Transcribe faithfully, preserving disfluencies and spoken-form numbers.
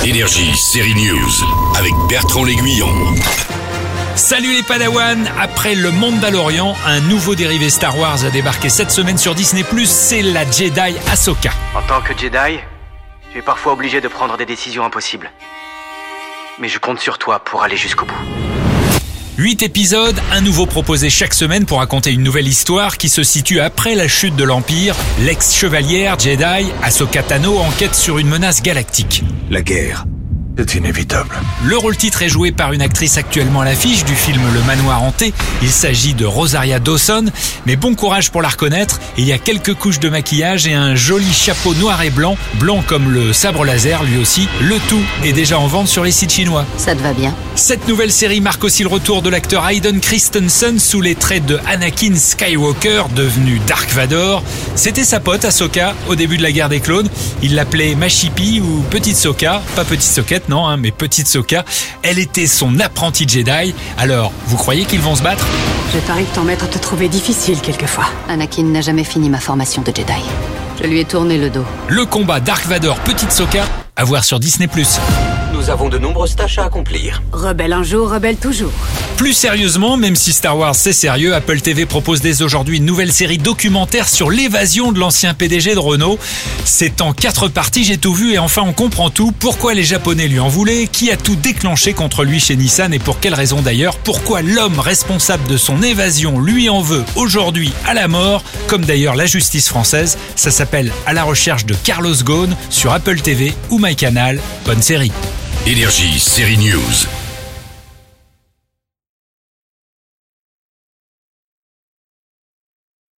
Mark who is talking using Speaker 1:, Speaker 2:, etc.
Speaker 1: Énergie Série News avec Bertrand L'Aiguillon.
Speaker 2: Salut les Padawans, après le Mandalorian, un nouveau dérivé Star Wars a débarqué cette semaine sur Disney plus, c'est la Jedi Ahsoka.
Speaker 3: En tant que Jedi, tu es parfois obligé de prendre des décisions impossibles. Mais je compte sur toi pour aller jusqu'au bout.
Speaker 2: Huit épisodes, un nouveau proposé chaque semaine pour raconter une nouvelle histoire qui se situe après la chute de l'Empire. L'ex-chevalière Jedi Ahsoka Tano enquête sur une menace galactique.
Speaker 4: La guerre, c'est inévitable.
Speaker 2: Le rôle-titre est joué par une actrice actuellement à l'affiche du film Le Manoir Hanté. Il s'agit de Rosaria Dawson, mais bon courage pour la reconnaître. Il y a quelques couches de maquillage et un joli chapeau noir et blanc, blanc comme le sabre laser lui aussi. Le tout est déjà en vente sur les sites chinois.
Speaker 5: Ça te va bien?
Speaker 2: Cette nouvelle série marque aussi le retour de l'acteur Hayden Christensen sous les traits de Anakin Skywalker, devenu Dark Vador. C'était sa pote Ahsoka au début de la guerre des clones. Il l'appelait Machipi ou Petite Soka, pas Petite Soquette non, hein, mais Petite Soka. Elle était son apprentie Jedi. Alors, vous croyez qu'ils vont se battre?
Speaker 6: Je parie que ton maître te trouvait difficile quelquefois.
Speaker 5: Anakin n'a jamais fini ma formation de Jedi. Je lui ai tourné le dos.
Speaker 2: Le combat Dark Vador Petite Soka, à voir sur Disney plus.
Speaker 7: Nous avons de nombreuses tâches à accomplir.
Speaker 6: Rebelle un jour, rebelle toujours.
Speaker 2: Plus sérieusement, même si Star Wars c'est sérieux, Apple T V propose dès aujourd'hui une nouvelle série documentaire sur l'évasion de l'ancien P D G de Renault. C'est en quatre parties, j'ai tout vu et enfin on comprend tout. Pourquoi les Japonais lui en voulaient, qui a tout déclenché contre lui chez Nissan et pour quelle raison d'ailleurs, pourquoi l'homme responsable de son évasion lui en veut aujourd'hui à la mort, comme d'ailleurs la justice française. Ça s'appelle À la recherche de Carlos Ghosn sur Apple T V ou MyCanal. Bonne série.
Speaker 1: Énergie Série News.